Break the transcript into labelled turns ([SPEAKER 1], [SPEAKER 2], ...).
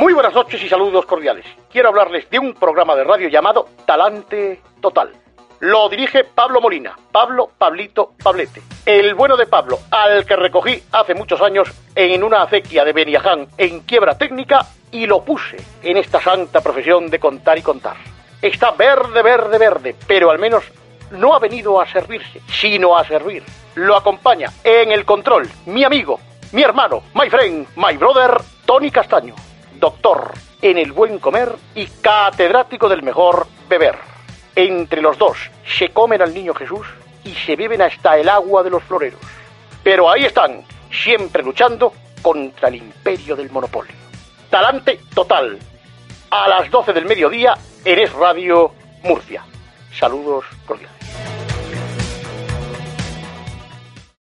[SPEAKER 1] Muy buenas noches y saludos cordiales. Quiero hablarles de un programa de radio llamado Talante Total. Lo dirige Pablo Molina, Pablito Pablete. El bueno de Pablo, al que recogí hace muchos años en una acequia de Beniaján en quiebra técnica y lo puse en esta santa profesión de contar y contar. Está verde, pero al menos no ha venido a servirse, sino a servir. Lo acompaña en el control mi amigo, mi hermano, my friend, my brother, Tony Castaño. Doctor en el buen comer y catedrático del mejor beber. Entre los dos se comen al niño Jesús y se beben hasta el agua de los floreros. Pero ahí están, siempre luchando contra el imperio del monopolio. Talante Total, a las 12 del mediodía en Es Radio Murcia. Saludos cordiales.